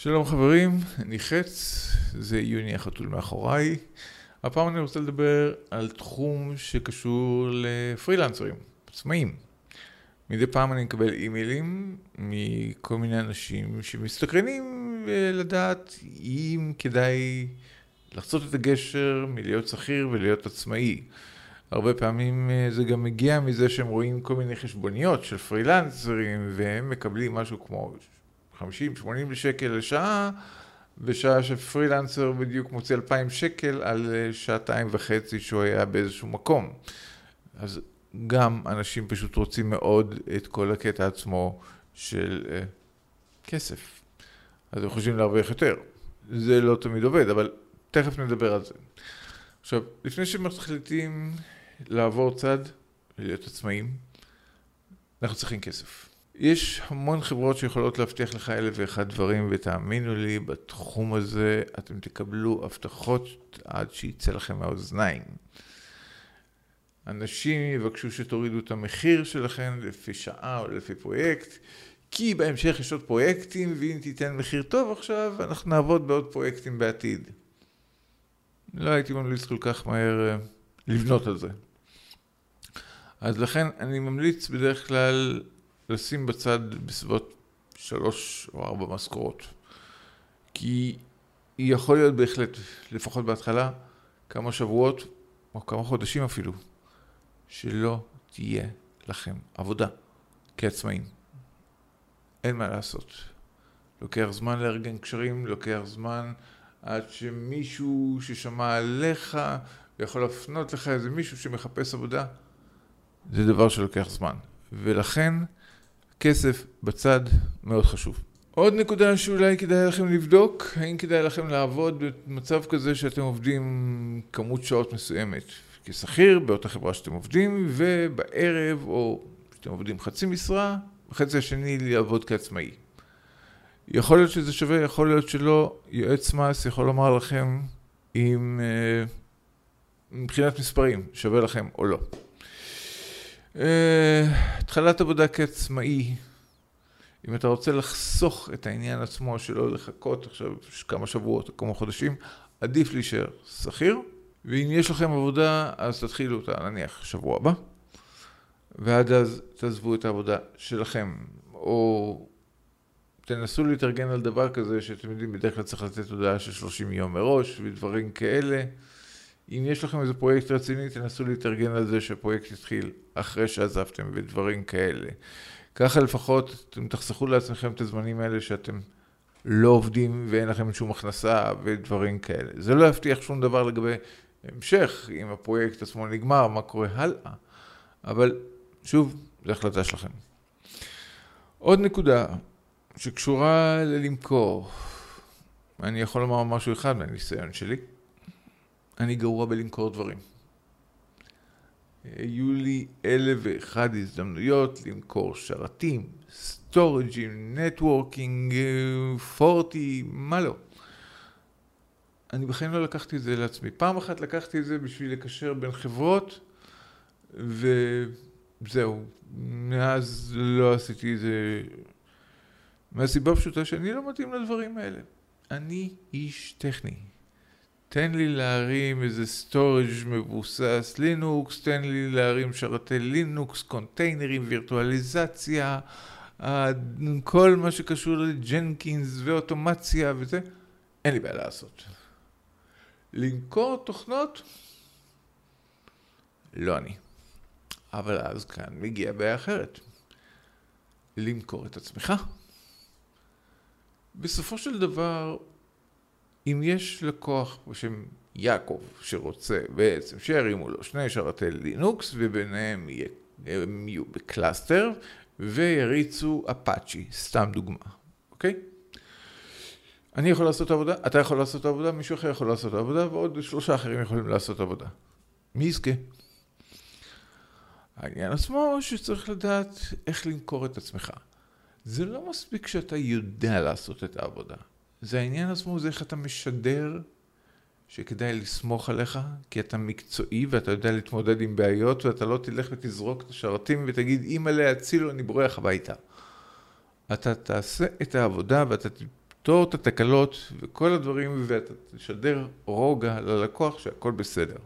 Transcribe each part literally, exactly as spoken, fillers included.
שלום חברים, אני חץ, זה יוני החתול מאחוריי. הפעם אני רוצה לדבר על תחום שקשור לפרילנסרים, עצמאים. מדי פעם אני מקבל אימיילים מכל מיני אנשים שמסתקרנים לדעת אם כדאי לחצות את הגשר מלהיות שכיר ולהיות עצמאי. הרבה פעמים זה גם מגיע מזה שהם רואים כל מיני חשבוניות של פרילנסרים והם מקבלים משהו כמו חמישים שמונים שקל לשעה, בשעה שפרילנסר בדיוק מוציא אלפיים שקל על שעתיים וחצי שהוא היה באיזשהו מקום. אז גם אנשים פשוט רוצים מאוד את כל הקטע עצמו של uh, כסף. אז הם חושבים להרוויח יותר. זה לא תמיד עובד, אבל תכף נדבר על זה. עכשיו, לפני שמחליטים לעבור צד, להיות עצמאים, אנחנו צריכים כסף. יש המון חברות שיכולות להבטיח לך אלף ואחד דברים, ותאמינו לי, בתחום הזה אתם תקבלו הבטחות עד שיצא לכם מהאוזניים. אנשים יבקשו שתורידו את המחיר שלכם לפי שעה או לפי פרויקט, כי בהמשך יש עוד פרויקטים, ואם תיתן מחיר טוב עכשיו, אנחנו נעבוד בעוד פרויקטים בעתיד. לא הייתי ממליץ כל כך מהר לבנות על זה. אז לכן אני ממליץ בדרך כלל לשים בצד בסביבות שלוש או ארבע משכורות. כי יכול להיות בהחלט, לפחות בהתחלה, כמה שבועות או כמה חודשים אפילו, שלא תהיה לכם עבודה כעצמאים. אין מה לעשות. לוקח זמן לארגן קשרים, לוקח זמן עד שמישהו ששמע עליך יכול להפנות לך איזה מישהו שמחפש עבודה. זה דבר שלוקח זמן. ולכן כסף בצד מאוד חשוב. עוד נקודה שאולי כדאי לכם לבדוק, האם כדאי לכם לעבוד במצב כזה שאתם עובדים כמות שעות מסוימת כשכיר באותה חברה שאתם עובדים, ובערב או שאתם עובדים חצי משרה, בחצי השני לעבוד כעצמאי. יכול להיות שזה שווה, יכול להיות שלא. יועץ מס יכול לומר לכם אם מבחינת מספרים שווה לכם או לא. התחלת עבודה כעצמאי, אם אתה רוצה לחסוך את העניין עצמו שלא לחכות עכשיו כמה שבועות או כמה חודשים, עדיף להישאר שכיר, ואם יש לכם עבודה אז תתחילו אותה נניח שבוע הבא, ועד אז תעזבו את העבודה שלכם, או תנסו להתארגן על דבר כזה שאתם יודעים בדרך כלל צריך לתת הודעה של שלושים יום מראש ודברים כאלה. אם יש לכם איזה פרויקט רציני, תנסו להתארגן על זה שהפרויקט יתחיל אחרי שעזבתם ודברים כאלה. ככה לפחות אתם תחסכו לעצמכם את הזמנים האלה שאתם לא עובדים ואין לכם שום הכנסה ודברים כאלה. זה לא יבטיח שום דבר לגבי המשך, אם הפרויקט עצמו נגמר, מה קורה הלאה. אבל שוב, זו החלטה שלכם. עוד נקודה שקשורה ללמכור. אני יכול לומר משהו אחד מהניסיון שלי. אני גרוע בלמכור דברים. היו לי אלף ואחד הזדמנויות למכור שרתים, סטורג'ים, נטוורקינג, פורטי, מה לא. אני בכלל לא לקחתי את זה לעצמי. פעם אחת לקחתי את זה בשביל לקשר בין חברות, וזהו. מאז לא עשיתי את זה, מהסיבה פשוטה שאני לא מתאים לדברים האלה. אני איש טכני. תן לי להרים איזה סטורג' מבוסס לינוקס, תן לי להרים שרתי לינוקס, קונטיינרים, וירטואליזציה, כל מה שקשור לג'נקינס ואוטומציה וזה, אין לי בעיה לעשות. למכור תוכנות? לא אני. אבל אז כאן מגיעה בעיה אחרת. למכור את עצמך. בסופו של דבר, אם יש לקוח בשם יעקב שרוצה בעצם שירימו לו שני שרתי לינוקס וביניהם הם יהיו בקלאסטר ויריצו אפאצ'י, סתם דוגמה, אוקיי? אני יכול לעשות עבודה, אתה יכול לעשות עבודה, מישהו אחר יכול לעשות עבודה ועוד שלושה אחרים יכולים לעשות עבודה. מי יזכה? העניין עצמו שצריך לדעת איך למכור את עצמך. זה לא מספיק שאתה יודע לעשות את העבודה. זה העניין עצמו, זה איך אתה משדר שכדאי לסמוך עליך, כי אתה מקצועי ואתה יודע להתמודד עם בעיות, ואתה לא תלך ותזרוק את השרתים ותגיד, אם עליה הצילו, אני בורח הביתה. אתה תעשה את העבודה ואתה תפתור את התקלות וכל הדברים, ואתה תשדר רוגע ללקוח שהכל בסדר.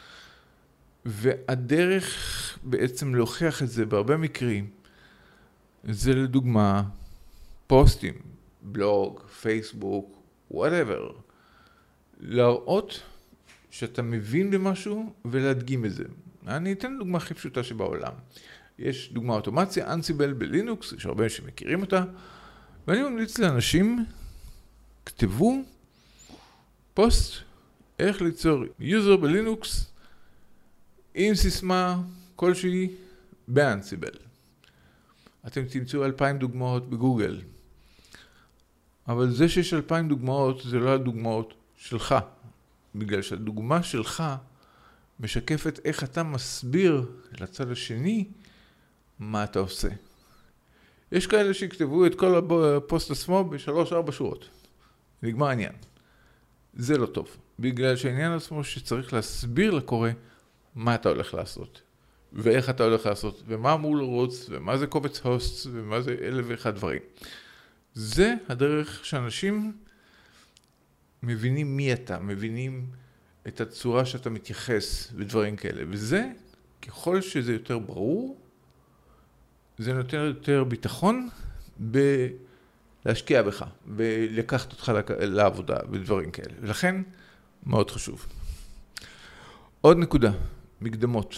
והדרך בעצם להוכיח את זה בהרבה מקרים, זה לדוגמה פוסטים, בלוג, פייסבוק, whatever. להראות שאתה מבין במשהו ולהדגים את זה. אני אתן דוגמה הכי פשוטה שבעולם. יש דוגמה אוטומציה, אנסיבל בלינוקס, יש הרבה שמכירים אותה, ואני ממליץ לאנשים, כתבו פוסט, איך ליצור יוזר בלינוקס, עם סיסמה כלשהי באנסיבל. אתם תמצאו אלפיים דוגמאות בגוגל. אבל זה שיש אלפיים דוגמאות, זה לא הדוגמאות שלך. בגלל שהדוגמה שלך משקפת איך אתה מסביר לצד השני מה אתה עושה. יש כאלה שכתבו את כל הפוסט עצמו בשלוש ארבע שורות. נגמר העניין. זה לא טוב. בגלל שהעניין עצמו שצריך להסביר לקורא מה אתה הולך לעשות. ואיך אתה הולך לעשות. ומה אמור לרוץ. ומה זה קובץ הוסט. ומה זה אלף ואחד דברים. זה הדרך שאנשים מבינים מי אתה. מבינים את הצורה שאתה מתייחס ודברים כאלה. וזה, ככל שזה יותר ברור, זה נותן יותר ביטחון בלהשקיע בך, בלקחת אותך לעבודה ודברים כאלה. ולכן, מאוד חשוב. עוד נקודה, מקדמות.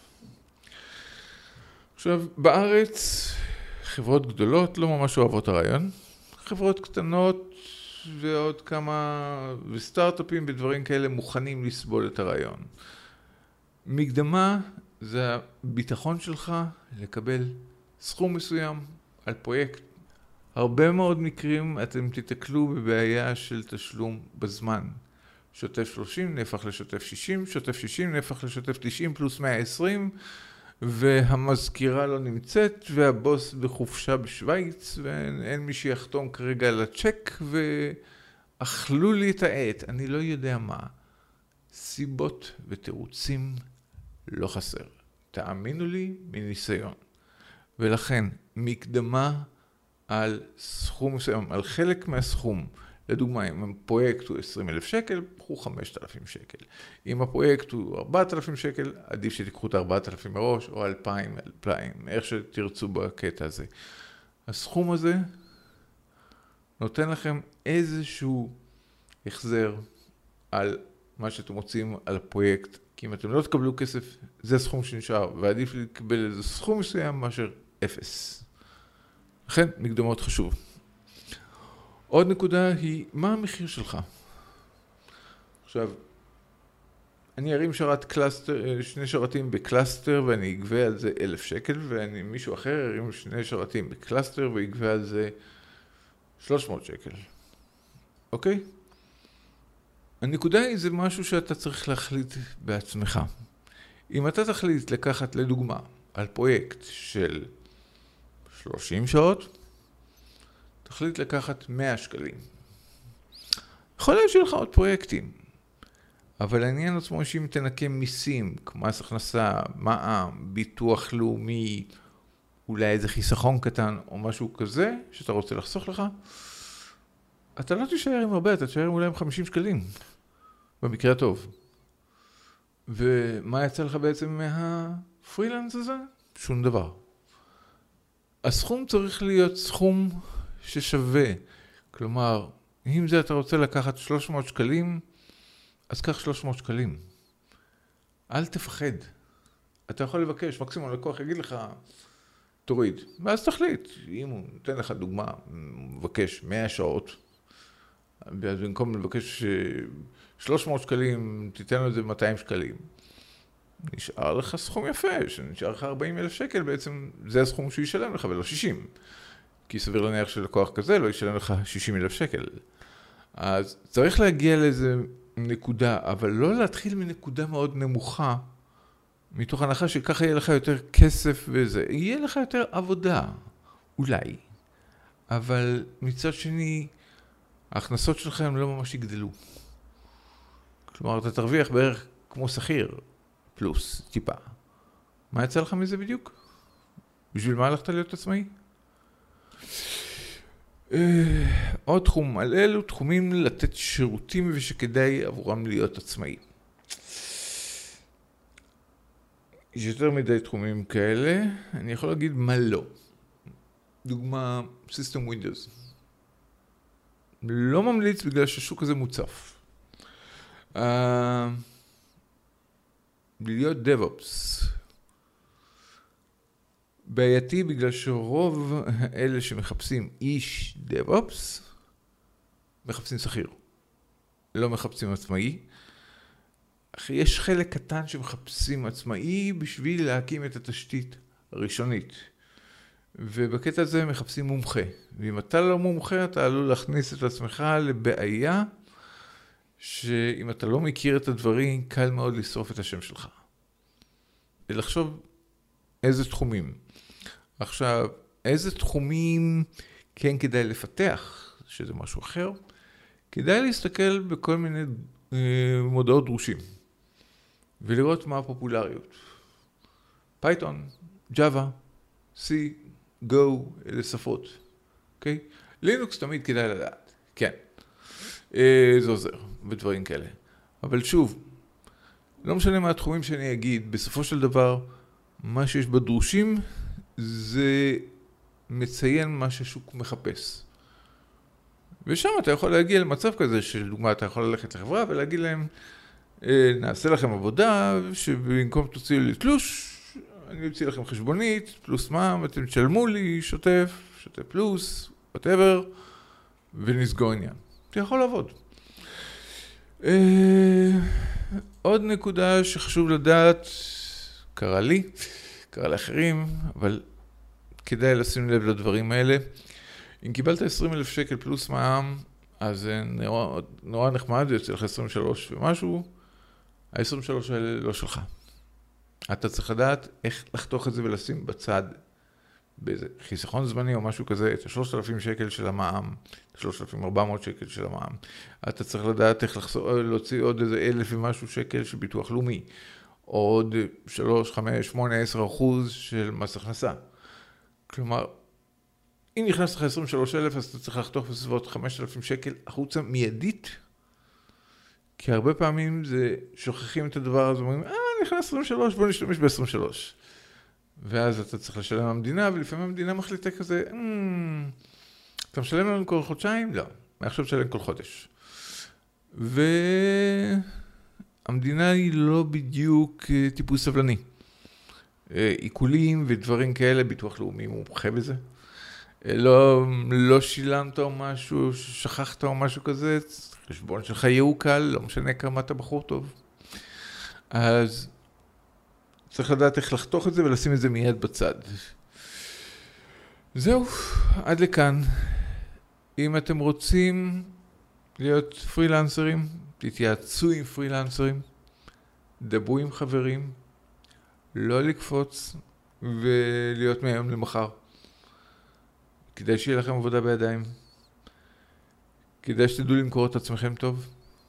עכשיו, בארץ, חברות גדולות לא ממש אוהבות הרעיון. חברות קטנות ועוד כמה, וסטארט-אפים בדברים כאלה מוכנים לסבול את הרעיון. מקדמה זה הביטחון שלך לקבל סכום מסוים על פרויקט. הרבה מאוד מקרים אתם תתקלו בבעיה של תשלום בזמן. שוטף שלושים נהפך לשוטף שישים, שוטף שישים נהפך לשוטף תשעים פלוס מאה ועשרים, והמזכירה לא נמצאת, והבוס בחופשה בשוויץ, ואין מי שיחתום כרגע על הצ'ק, ואכלו לי את העט. אני לא יודע מה. סיבות ותירוצים לא חסר. תאמינו לי מניסיון. ולכן, מקדמה על סכום מסוים, על חלק מהסכום. לדוגמה, אם הפרויקט הוא עשרים אלף שקל, קחו חמשת אלפים שקל. אם הפרויקט הוא ארבעת אלפים שקל, עדיף שתיקחו את ארבעת אלפים מראש, או אלפיים, אלפיים, איך שתרצו בקטע הזה. הסכום הזה נותן לכם איזשהו החזר על מה שאתם מוצאים על הפרויקט. כי אם אתם לא תקבלו כסף, זה הסכום שנשאר, ועדיף לקבל איזה סכום מסוים מאשר אפס. לכן, מקדמות חשוב. עוד נקודה היא, מה המחיר שלך? עכשיו, אני ארים שרת קלאסטר, שני שרתים בקלאסטר, ואני אגבה על זה אלף שקל, ואני מישהו אחר ירים שני שרתים בקלאסטר, ויגבה על זה שלוש מאות שקל. אוקיי? הנקודה היא, זה משהו שאתה צריך להחליט בעצמך. אם אתה תחליט לקחת לדוגמה על פרויקט של שלושים שעות, תחליט לקחת מאה שקלים. יכול להיות שיהיה לך עוד פרויקטים, אבל העניין עצמו שאם תנקם מיסים, כמו מס הכנסה, מע"מ, ביטוח לאומי, אולי איזה חיסכון קטן או משהו כזה שאתה רוצה לחסוך לך, אתה לא תישאר עם הרבה, אתה תישאר אולי עם חמישים שקלים, במקרה הטוב. ומה יצא לך בעצם מהפרילנס הזה? שום דבר. הסכום צריך להיות סכום ששווה. כלומר, אם זה אתה רוצה לקחת שלוש מאות שקלים, אז קח שלוש מאות שקלים. אל תפחד. אתה יכול לבקש, מקסימום הלקוח יגיד לך, תוריד. ואז תחליט. אם הוא נותן לך דוגמה, מבקש מאה שעות, אז במקום לבקש שלוש מאות שקלים, תיתן לו את זה מאתיים שקלים. נשאר לך סכום יפה, שנשאר לך ארבעים אלף שקל, בעצם זה הסכום שהוא ישלם לך, ולא שישים. כי סביר להניח שלקוח כזה לא ישלם לך שישים אלף שקל. אז צריך להגיע לאיזה נקודה, אבל לא להתחיל מנקודה מאוד נמוכה, מתוך הנחה שככה יהיה לך יותר כסף וזה. יהיה לך יותר עבודה, אולי. אבל מצד שני, ההכנסות שלכם לא ממש יגדלו. כלומר, אתה תרוויח בערך כמו שכיר, פלוס, טיפה. מה יצא לך מזה בדיוק? בשביל מה הלכת להיות עצמאי? עוד תחום, על אלו תחומים לתת שירותים ושכדאי עבורם להיות עצמאי. יש יותר מדי תחומים כאלה, אני יכול להגיד מה לא. דוגמה, System Windows. לא ממליץ בגלל שהשוק הזה מוצף. Uh, להיות DevOps. בעייתי בגלל שרוב אלה שמחפשים איש DevOps, מחפשים שכיר. לא מחפשים עצמאי. אחרי יש חלק קטן שמחפשים עצמאי בשביל להקים את התשתית הראשונית. ובקטע הזה מחפשים מומחה. ואם אתה לא מומחה, אתה עלול להכניס את עצמך לבעיה, שאם אתה לא מכיר את הדברים, קל מאוד לשרוף את השם שלך. ולחשוב איזה תחומים. עכשיו, איזה תחומים כן כדאי לפתח, שזה משהו אחר, כדאי להסתכל בכל מיני אה, מודעות דרושים. ולראות מה הפופולריות. פייתון, ג'אווה, C, Go, אלה שפות. אוקיי? לינוקס תמיד כדאי לדעת. כן. אה, זה עוזר בדברים כאלה. אבל שוב, לא משנה מה התחומים שאני אגיד, בסופו של דבר, מה שיש בדרושים זה מציין מה שהשוק מחפש. ושם אתה יכול להגיע למצב כזה, שלדוגמה אתה יכול ללכת לחברה ולהגיד להם, נעשה לכם עבודה, שבמקום תוציאו לי תלוש, אני אוציא לכם חשבונית, פלוס מע"מ, אתם תשלמו לי שוטף, שוטף פלוס, whatever, ונסגור עניין. זה יכול לעבוד. עוד נקודה שחשוב לדעת, קרה לי, קרה לאחרים, אבל כדאי לשים לב לדברים האלה. אם קיבלת עשרים אלף שקל פלוס מע"מ, אז זה נורא, נורא נחמד, זה יוצא לך עשרים ושלוש ומשהו, ה-עשרים ושלוש האלה לא שלך. אתה צריך לדעת איך לחתוך את זה ולשים בצד, באיזה חיסכון זמני או משהו כזה, את ה-שלושת אלפים שקל של המע"מ, שלושת אלפים וארבע מאות שקל של המע"מ. אתה צריך לדעת איך לחסוך, להוציא עוד איזה אלף ומשהו שקל של ביטוח לאומי, עוד שלוש, חמש, שמונה, עשר אחוז של מס הכנסה. כלומר, אם נכנס לך עשרים ושלושה אלף, אז אתה צריך לחתוך בסביבות חמשת אלפים שקל החוצה מיידית, כי הרבה פעמים זה שוכחים את הדבר הזה, אומרים, אה, נכנס עשרים ושלוש, בוא נשתמש ב-עשרים ושלוש. ואז אתה צריך לשלם למדינה, ולפעמים המדינה מחליטה כזה, אתה משלם לנו כל חודשיים? לא, מעכשיו משלם כל חודש. והמדינה היא לא בדיוק טיפוס סבלני. עיקולים ודברים כאלה, ביטוח לאומי מומחה בזה. לא, לא שילמת או משהו, שכחת או משהו כזה, חשבון שלך יעוקל, לא משנה כמה אתה בחור טוב. אז צריך לדעת איך לחתוך את זה ולשים את זה מיד בצד. זהו, עד לכאן. אם אתם רוצים להיות פרילנסרים, תתייעצו עם פרילנסרים, דברו עם חברים, לא לקפוץ ולהיות מהיום למחר. כדאי שיהיה לכם עבודה בידיים. כדאי שתדעו למכור את עצמכם טוב.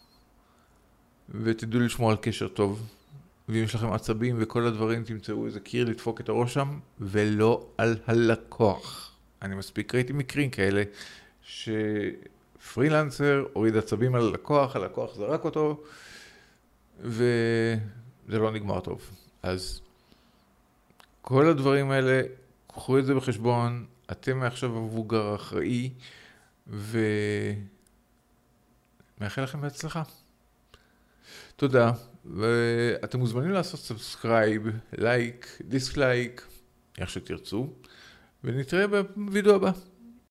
ותדעו לשמור על קשר טוב. ואם יש לכם עצבים וכל הדברים, תמצאו איזה קיר לדפוק את הראש שם, ולא על הלקוח. אני מספיק ראיתי מקרים כאלה, שפרילנסר הוריד עצבים על הלקוח, הלקוח זרק אותו, וזה לא נגמר טוב. אז כל הדברים האלה, קחו את זה בחשבון, אתם מעכשיו המבוגר האחראי, ומאחל לכם בהצלחה. תודה, ואתם מוזמנים לעשות סאבסקרייב, לייק, דיסק לייק, איך שתרצו, ונתראה בווידאו הבא.